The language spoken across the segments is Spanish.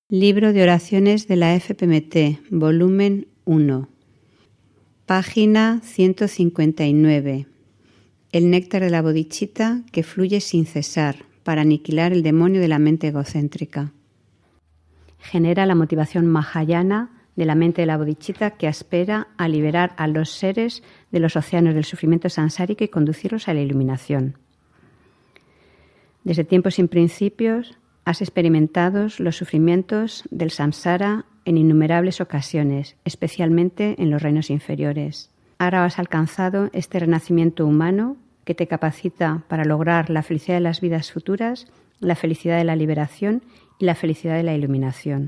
Libro de oraciones de la FPMT, volumen 1, página 159. El néctar de la bodhicitta que fluye sin cesar para aniquilar el demonio de la mente egocéntrica. Genera la motivación mahayana de la mente de la bodhicitta que aspira a liberar a los seres de los océanos del sufrimiento samsárico y conducirlos a la iluminación. Desde tiempos sin principios, has experimentado los sufrimientos del samsara en innumerables ocasiones, especialmente en los reinos inferiores. Ahora has alcanzado este renacimiento humano que te capacita para lograr la felicidad de las vidas futuras, la felicidad de la liberación y la felicidad de la iluminación.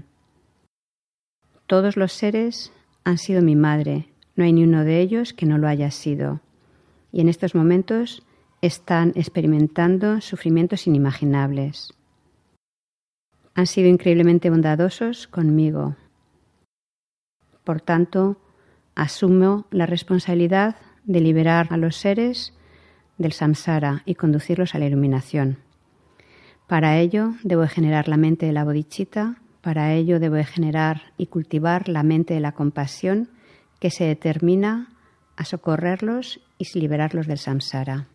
Todos los seres han sido mi madre, no hay ni uno de ellos que no lo haya sido. Y en estos momentos están experimentando sufrimientos inimaginables. Han sido increíblemente bondadosos conmigo. Por tanto, asumo la responsabilidad de liberar a los seres del samsara y conducirlos a la iluminación. Para ello, debo generar la mente de la bodhicitta, para ello debo generar y cultivar la mente de la compasión que se determina a socorrerlos y liberarlos del samsara.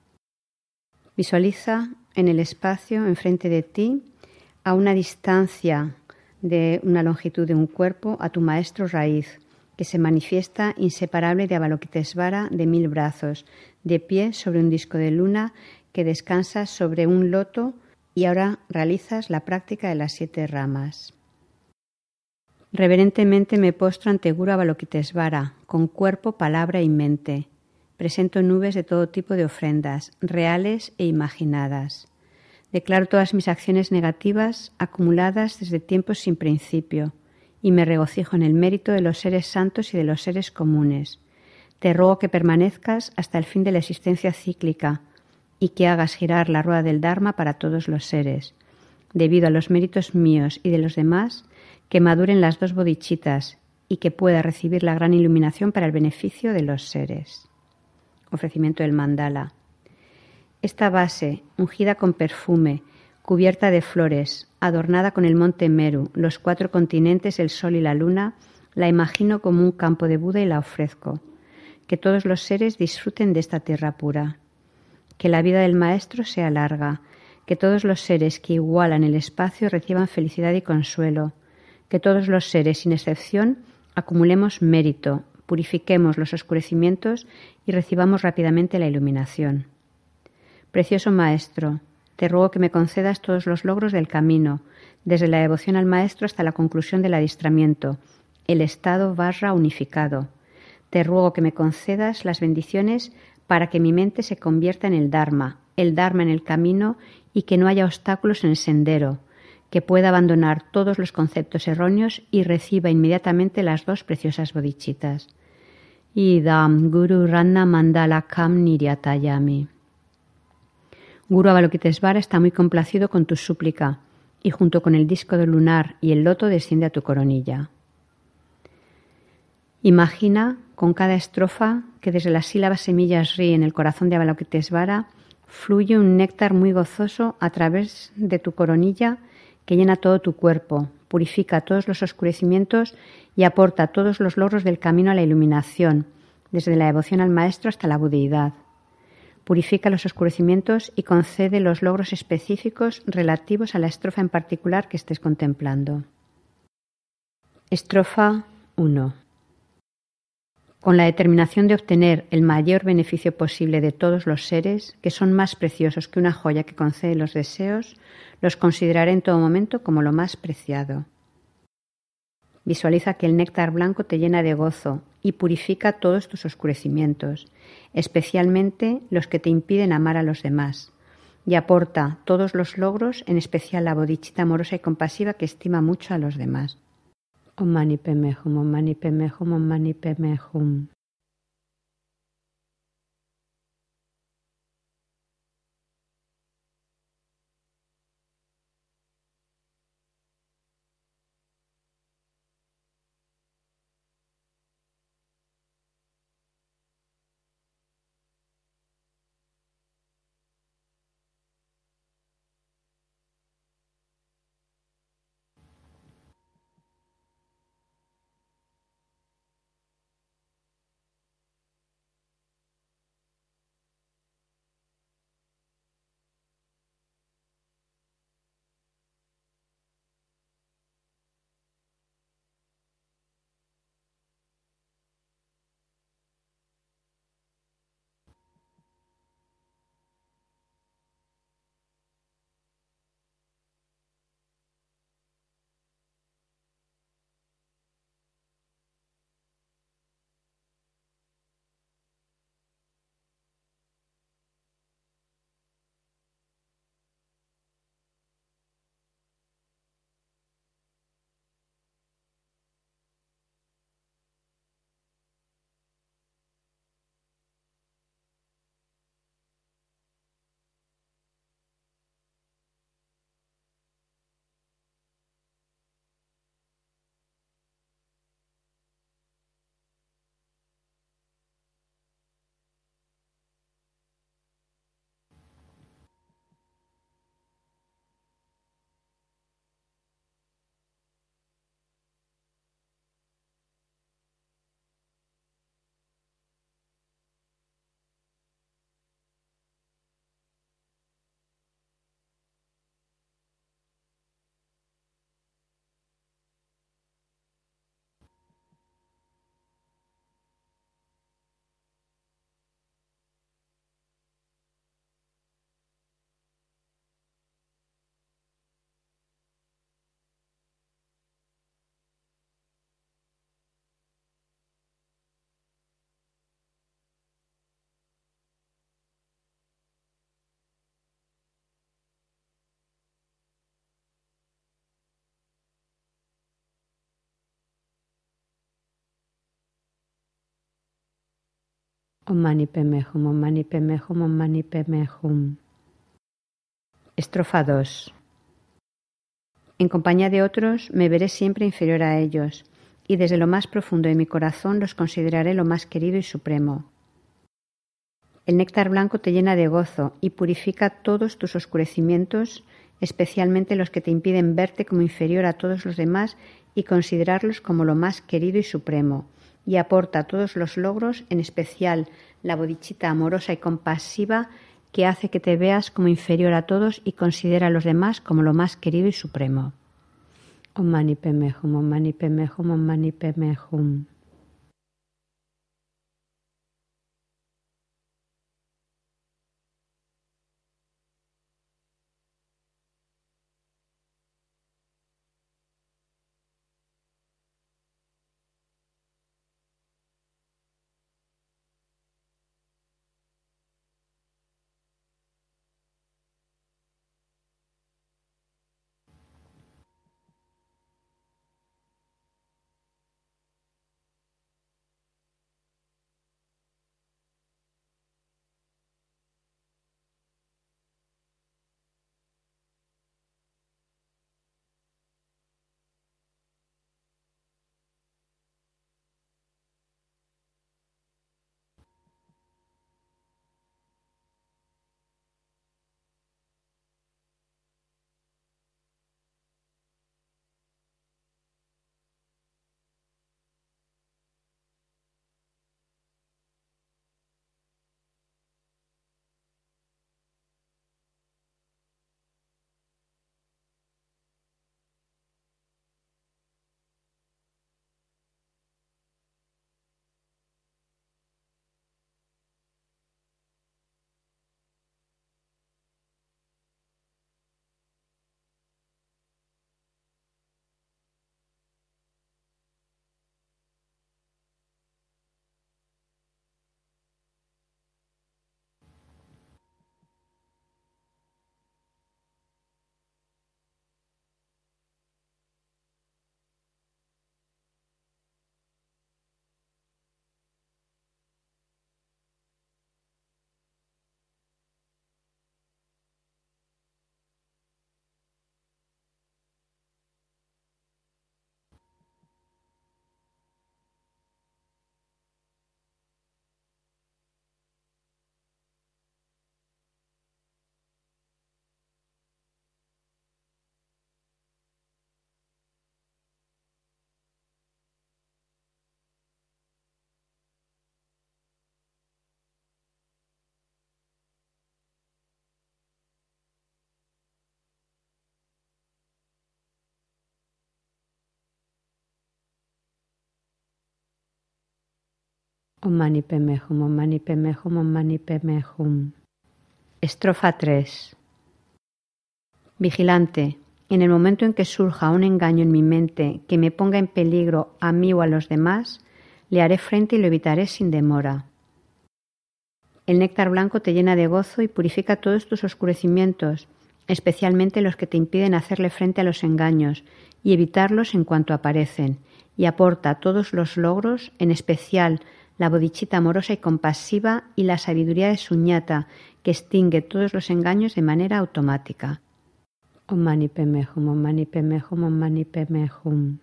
Visualiza en el espacio enfrente de ti a una distancia de una longitud de un cuerpo a tu maestro raíz, que se manifiesta inseparable de Avalokitesvara de 1000 brazos, de pie sobre un disco de luna que descansa sobre un loto y ahora realizas la práctica de las 7 ramas. Reverentemente me postro ante Guru Avalokitesvara, con cuerpo, palabra y mente. Presento nubes de todo tipo de ofrendas, reales e imaginadas. Declaro todas mis acciones negativas acumuladas desde tiempos sin principio y me regocijo en el mérito de los seres santos y de los seres comunes. Te ruego que permanezcas hasta el fin de la existencia cíclica y que hagas girar la rueda del Dharma para todos los seres. Debido a los méritos míos y de los demás, que maduren las 2 bodhicittas y que pueda recibir la gran iluminación para el beneficio de los seres. Ofrecimiento del mandala. Esta base, ungida con perfume, cubierta de flores, adornada con el monte Meru, los 4 continentes, el sol y la luna, la imagino como un campo de Buda y la ofrezco. Que todos los seres disfruten de esta tierra pura. Que la vida del Maestro sea larga. Que todos los seres que igualan el espacio reciban felicidad y consuelo. Que todos los seres, sin excepción, acumulemos mérito, purifiquemos los oscurecimientos y recibamos rápidamente la iluminación. Precioso Maestro, te ruego que me concedas todos los logros del camino, desde la devoción al Maestro hasta la conclusión del adiestramiento, el estado Vajra unificado. Te ruego que me concedas las bendiciones para que mi mente se convierta en el Dharma en el camino y que no haya obstáculos en el sendero, que pueda abandonar todos los conceptos erróneos y reciba inmediatamente las 2 preciosas bodhicittas. Idam Guru Ranna Mandala Kam Niryatayami. Guru Avalokitesvara está muy complacido con tu súplica y junto con el disco de lunar y el loto desciende a tu coronilla. Imagina con cada estrofa que desde las sílabas semillas Ri en el corazón de Avalokitesvara fluye un néctar muy gozoso a través de tu coronilla que llena todo tu cuerpo, purifica todos los oscurecimientos y aporta todos los logros del camino a la iluminación, desde la devoción al Maestro hasta la budeidad. Purifica los oscurecimientos y concede los logros específicos relativos a la estrofa en particular que estés contemplando. Estrofa 1. Con la determinación de obtener el mayor beneficio posible de todos los seres, que son más preciosos que una joya que concede los deseos, los consideraré en todo momento como lo más preciado. Visualiza que el néctar blanco te llena de gozo y purifica todos tus oscurecimientos, especialmente los que te impiden amar a los demás, y aporta todos los logros, en especial la bodhicitta amorosa y compasiva que estima mucho a los demás. Om Mani Padme Hum, Om Mani Padme Hum, Om Mani Padme Hum. Om Mani Padme Hum, Om Mani Padme Hum, Om Mani Padme Hum. Estrofa 2. En compañía de otros me veré siempre inferior a ellos, y desde lo más profundo de mi corazón los consideraré lo más querido y supremo. El néctar blanco te llena de gozo y purifica todos tus oscurecimientos, especialmente los que te impiden verte como inferior a todos los demás y considerarlos como lo más querido y supremo, y aporta todos los logros, en especial la bodhicitta amorosa y compasiva que hace que te veas como inferior a todos y considera a los demás como lo más querido y supremo. Om Mani Padme Hum, Om Mani Padme Hum, Om Mani Padme Hum. Om Mani Padme Hum, Om Mani Padme Hum, Om Mani Padme Hum. Estrofa 3. Vigilante, en el momento en que surja un engaño en mi mente que me ponga en peligro a mí o a los demás, le haré frente y lo evitaré sin demora. El néctar blanco te llena de gozo y purifica todos tus oscurecimientos, especialmente los que te impiden hacerle frente a los engaños y evitarlos en cuanto aparecen, y aporta todos los logros, en especial la bodhicitta amorosa y compasiva y la sabiduría de Suñata, que extingue todos los engaños de manera automática. Om Mani Padme Hum, Om Mani Padme Hum, Om Mani Padme Hum.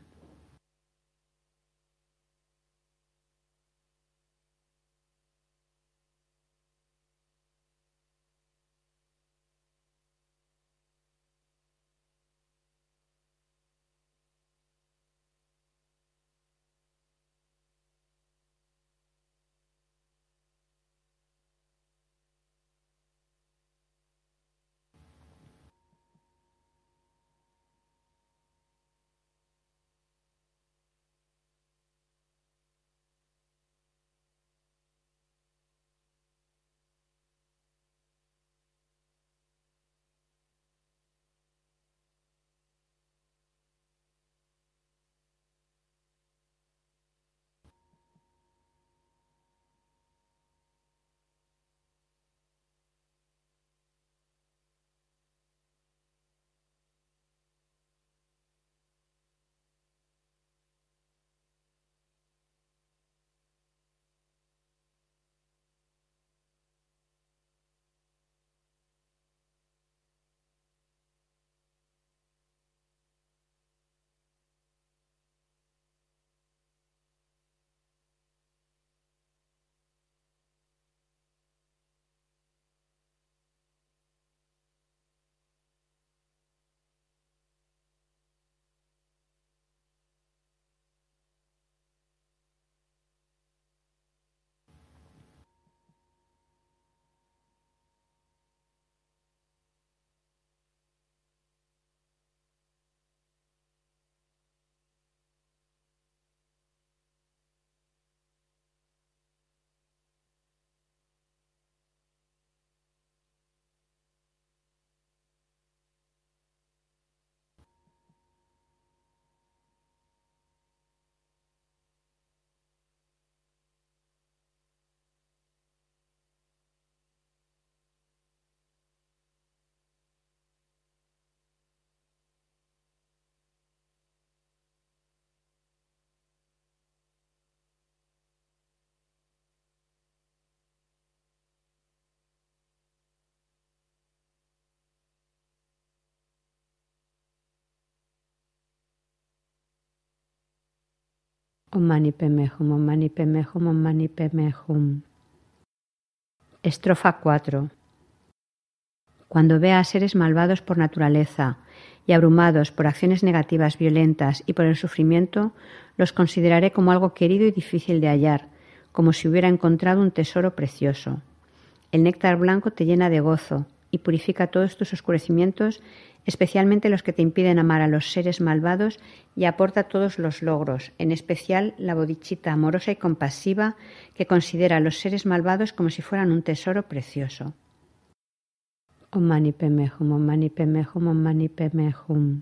Om Mani Padme Hum, Om Mani Padme Hum, Om Mani Padme Hum. Estrofa 4. Cuando vea a seres malvados por naturaleza y abrumados por acciones negativas violentas y por el sufrimiento, los consideraré como algo querido y difícil de hallar, como si hubiera encontrado un tesoro precioso. El néctar blanco te llena de gozo y purifica todos tus oscurecimientos, especialmente los que te impiden amar a los seres malvados, y aporta todos los logros, en especial la bodhicitta amorosa y compasiva que considera a los seres malvados como si fueran un tesoro precioso. Om Mani Padme Hum, Om Mani Padme Hum, Om Mani Padme Hum.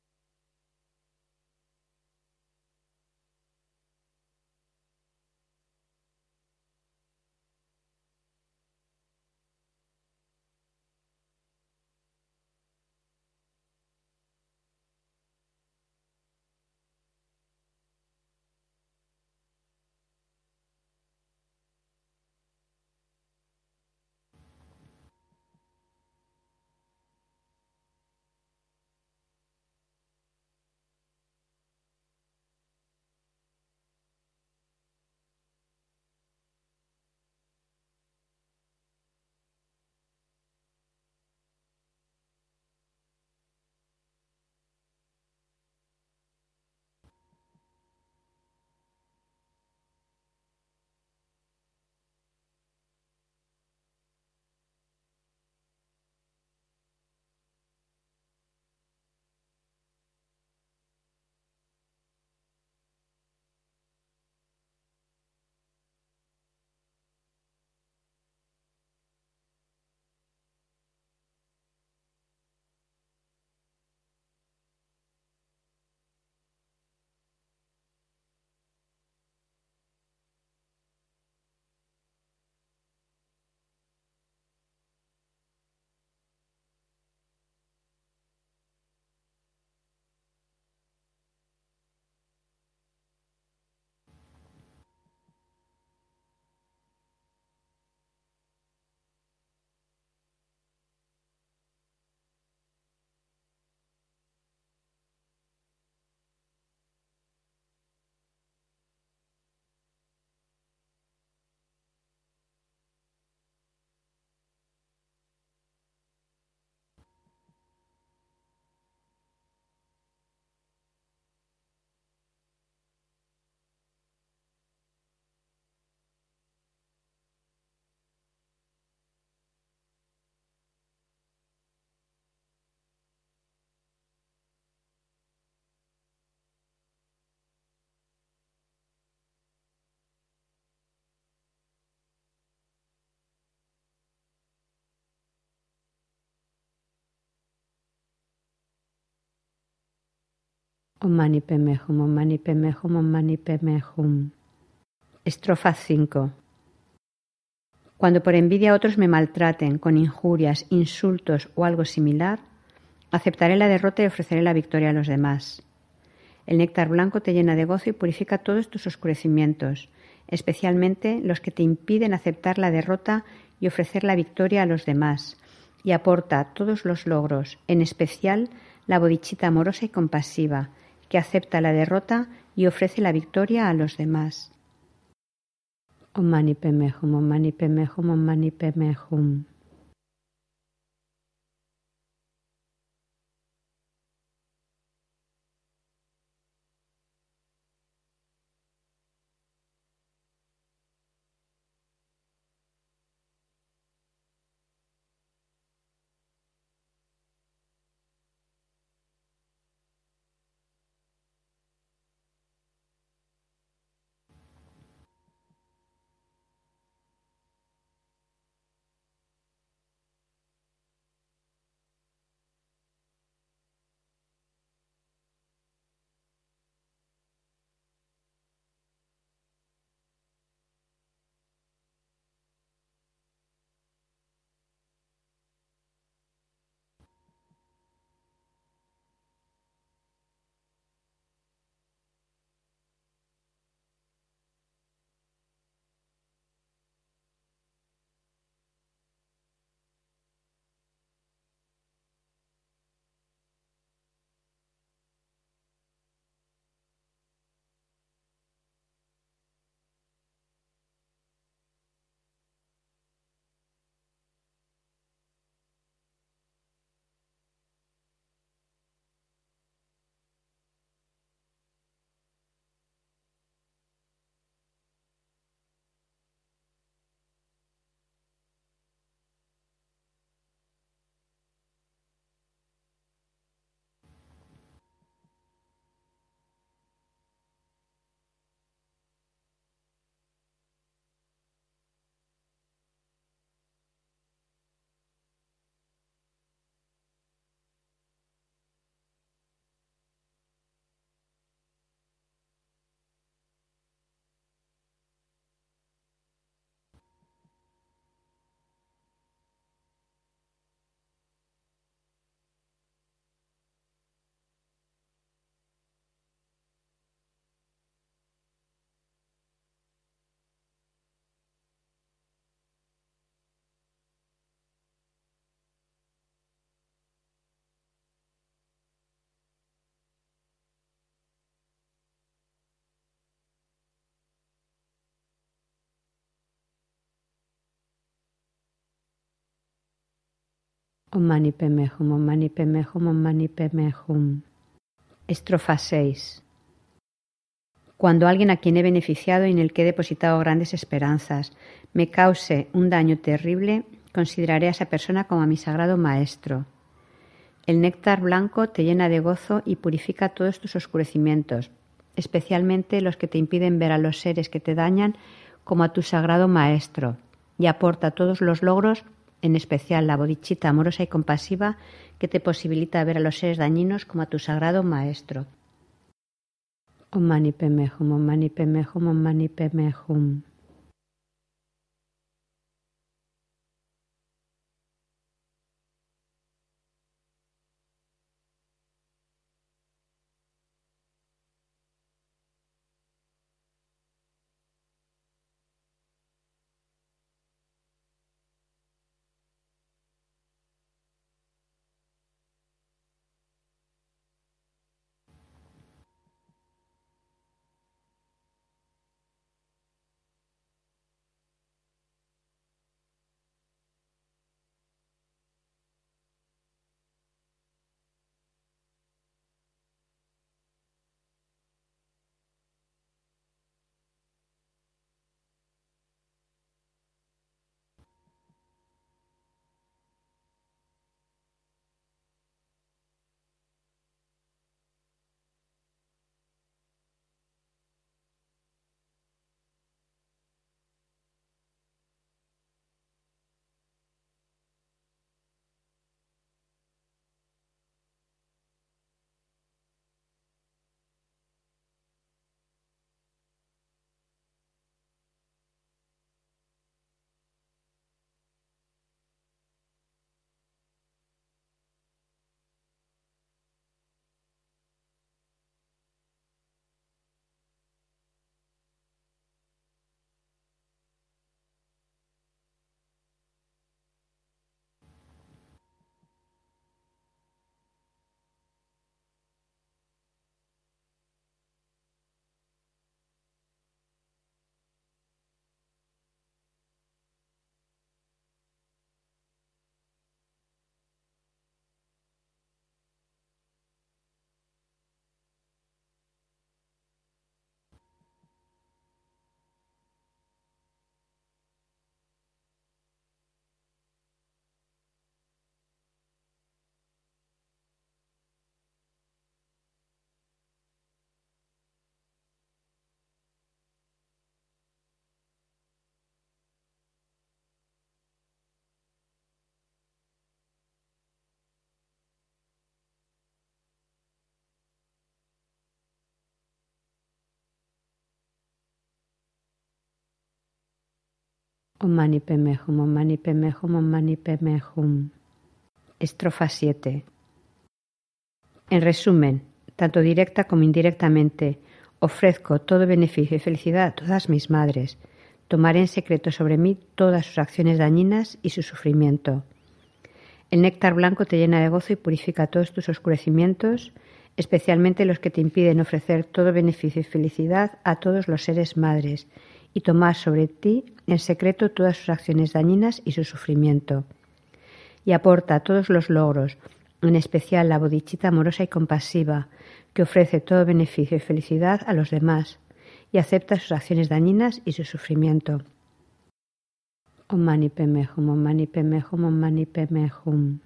Om Mani Padme Hum, Om Mani Padme Hum, Om Mani Padme Hum. Estrofa 5. Cuando por envidia otros me maltraten con injurias, insultos o algo similar, aceptaré la derrota y ofreceré la victoria a los demás. El néctar blanco te llena de gozo y purifica todos tus oscurecimientos, especialmente los que te impiden aceptar la derrota y ofrecer la victoria a los demás, y aporta todos los logros, en especial la bodhicitta amorosa y compasiva, que acepta la derrota y ofrece la victoria a los demás. Om Mani Padme Hum, Om Mani Padme Hum, Om Mani Padme Hum. Om Mani Padme Hum, Om Mani Padme Hum, Om Mani Padme Hum. Estrofa 6. Cuando alguien a quien he beneficiado y en el que he depositado grandes esperanzas me cause un daño terrible, consideraré a esa persona como a mi sagrado maestro. El néctar blanco te llena de gozo y purifica todos tus oscurecimientos, especialmente los que te impiden ver a los seres que te dañan como a tu sagrado maestro, y aporta todos los logros, en especial la bodhicitta amorosa y compasiva, que te posibilita ver a los seres dañinos como a tu sagrado maestro. Om Mani Padme Hum, Om Mani Padme Hum, Om Mani Padme Hum. Om Mani Padme Hum, Om Mani Padme Hum, Om Mani Padme Hum. Estrofa 7. En resumen, tanto directa como indirectamente, ofrezco todo beneficio y felicidad a todas mis madres. Tomaré en secreto sobre mí todas sus acciones dañinas y su sufrimiento. El néctar blanco te llena de gozo y purifica todos tus oscurecimientos, especialmente los que te impiden ofrecer todo beneficio y felicidad a todos los seres madres, y tomar sobre ti en secreto todas sus acciones dañinas y su sufrimiento. Y aporta todos los logros, en especial la bodhicitta amorosa y compasiva, que ofrece todo beneficio y felicidad a los demás, y acepta sus acciones dañinas y su sufrimiento. Om Mani Padme Hum, Om Mani Padme Hum, Om Mani Padme Hum.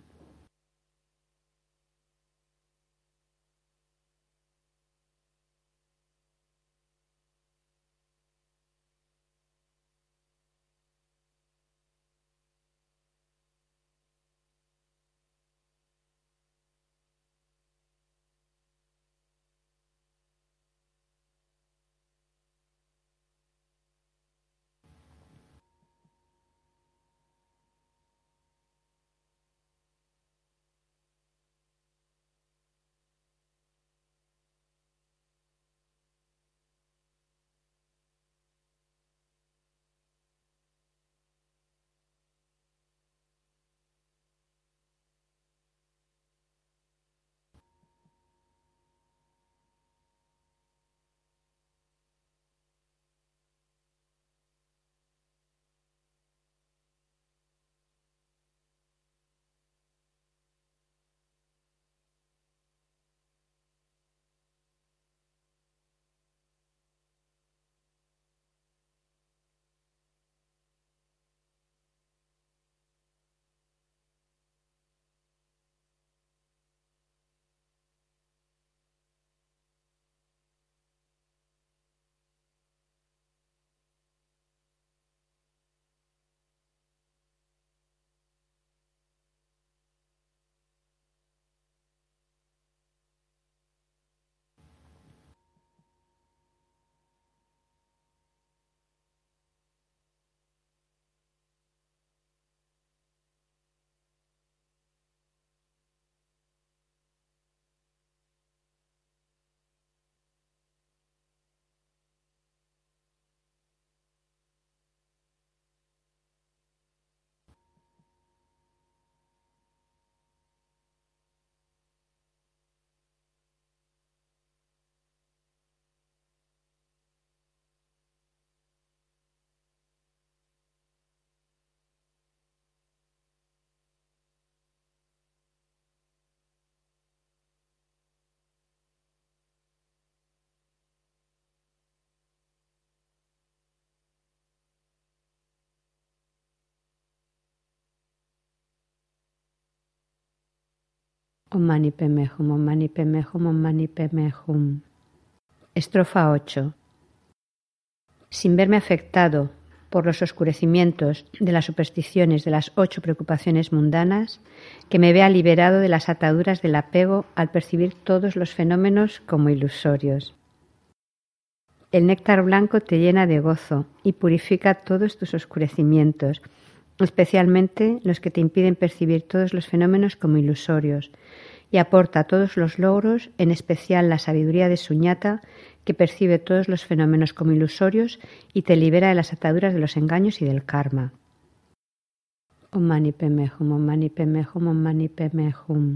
Om Mani Padme Hum, Om Mani Padme Hum, Om Mani Padme Hum. Estrofa 8. Sin verme afectado por los oscurecimientos de las supersticiones de las 8 preocupaciones mundanas, que me vea liberado de las ataduras del apego al percibir todos los fenómenos como ilusorios. El néctar blanco te llena de gozo y purifica todos tus oscurecimientos, especialmente los que te impiden percibir todos los fenómenos como ilusorios, y aporta todos los logros, en especial la sabiduría de Suñata, que percibe todos los fenómenos como ilusorios y te libera de las ataduras de los engaños y del karma. Om Mani Padme Hum, Om Mani Padme Hum, Om Mani Padme Hum.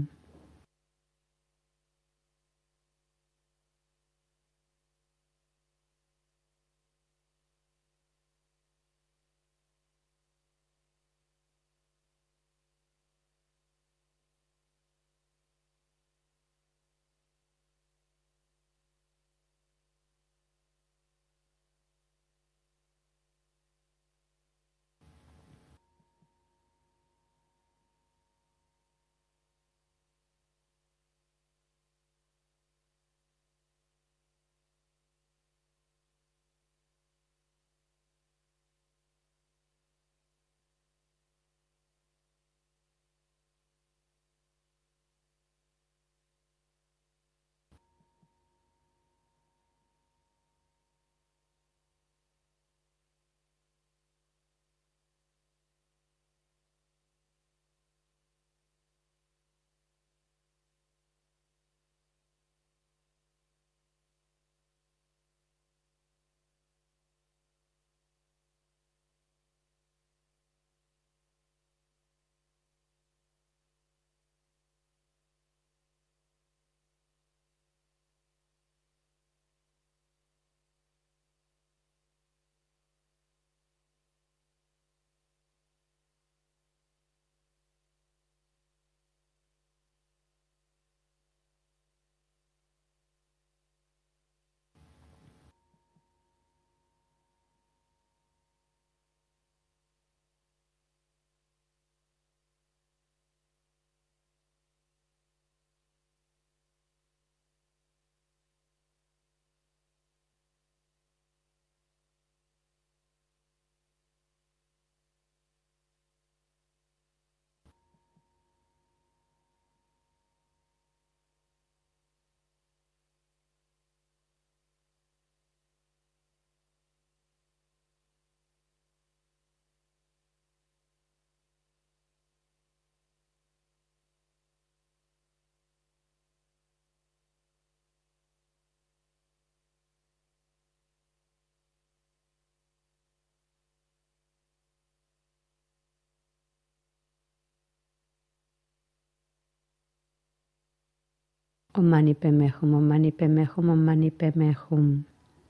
Om Mani Padme Hum, Om Mani Padme Hum, Om Mani Padme Hum.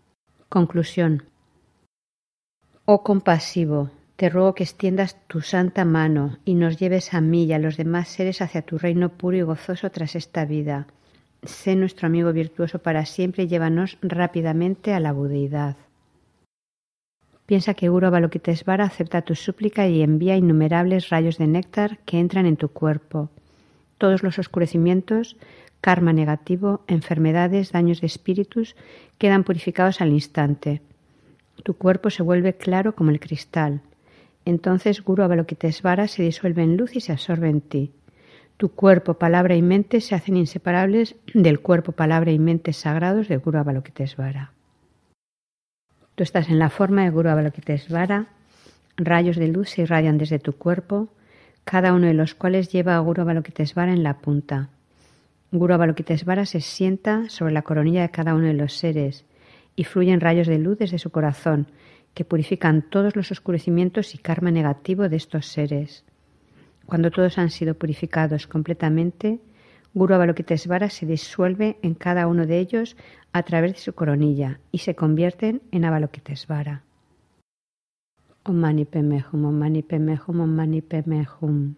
Conclusión. Oh compasivo, te ruego que extiendas tu santa mano y nos lleves a mí y a los demás seres hacia tu reino puro y gozoso tras esta vida. Sé nuestro amigo virtuoso para siempre y llévanos rápidamente a la budeidad. Piensa que Guru Avalokitesvara acepta tu súplica y envía innumerables rayos de néctar que entran en tu cuerpo. Todos los oscurecimientos, karma negativo, enfermedades, daños de espíritus quedan purificados al instante. Tu cuerpo se vuelve claro como el cristal. Entonces Guru Avalokitesvara se disuelve en luz y se absorbe en ti. Tu cuerpo, palabra y mente se hacen inseparables del cuerpo, palabra y mente sagrados de Guru Avalokitesvara. Tú estás en la forma de Guru Avalokitesvara. Rayos de luz se irradian desde tu cuerpo, cada uno de los cuales lleva a Guru Avalokitesvara en la punta. Guru Avalokitesvara se sienta sobre la coronilla de cada uno de los seres y fluyen rayos de luz desde su corazón que purifican todos los oscurecimientos y karma negativo de estos seres. Cuando todos han sido purificados completamente, Guru Avalokitesvara se disuelve en cada uno de ellos a través de su coronilla y se convierten en Avalokitesvara. Om Mani Padme Hum, Om Mani Padme Hum, Om Mani Padme Hum.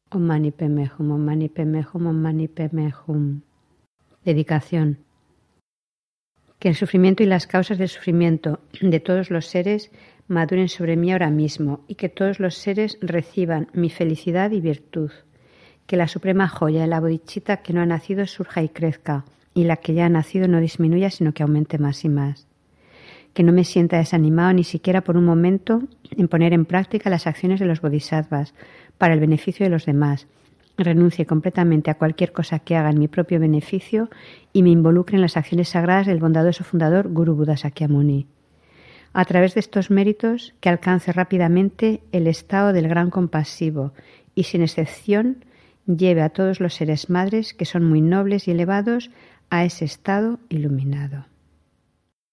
Om Mani Padme Hum, Om Mani Padme Hum, Om Mani Padme Hum. Dedicación. Que el sufrimiento y las causas del sufrimiento de todos los seres maduren sobre mí ahora mismo y que todos los seres reciban mi felicidad y virtud. Que la suprema joya de la bodhicitta que no ha nacido surja y crezca y la que ya ha nacido no disminuya sino que aumente más y más. Que no me sienta desanimado ni siquiera por un momento en poner en práctica las acciones de los bodhisattvas para el beneficio de los demás. Renuncie completamente a cualquier cosa que haga en mi propio beneficio y me involucre en las acciones sagradas del bondadoso fundador Guru Buddha Sakyamuni. A través de estos méritos, que alcance rápidamente el estado del gran compasivo y, sin excepción, lleve a todos los seres madres que son muy nobles y elevados a ese estado iluminado.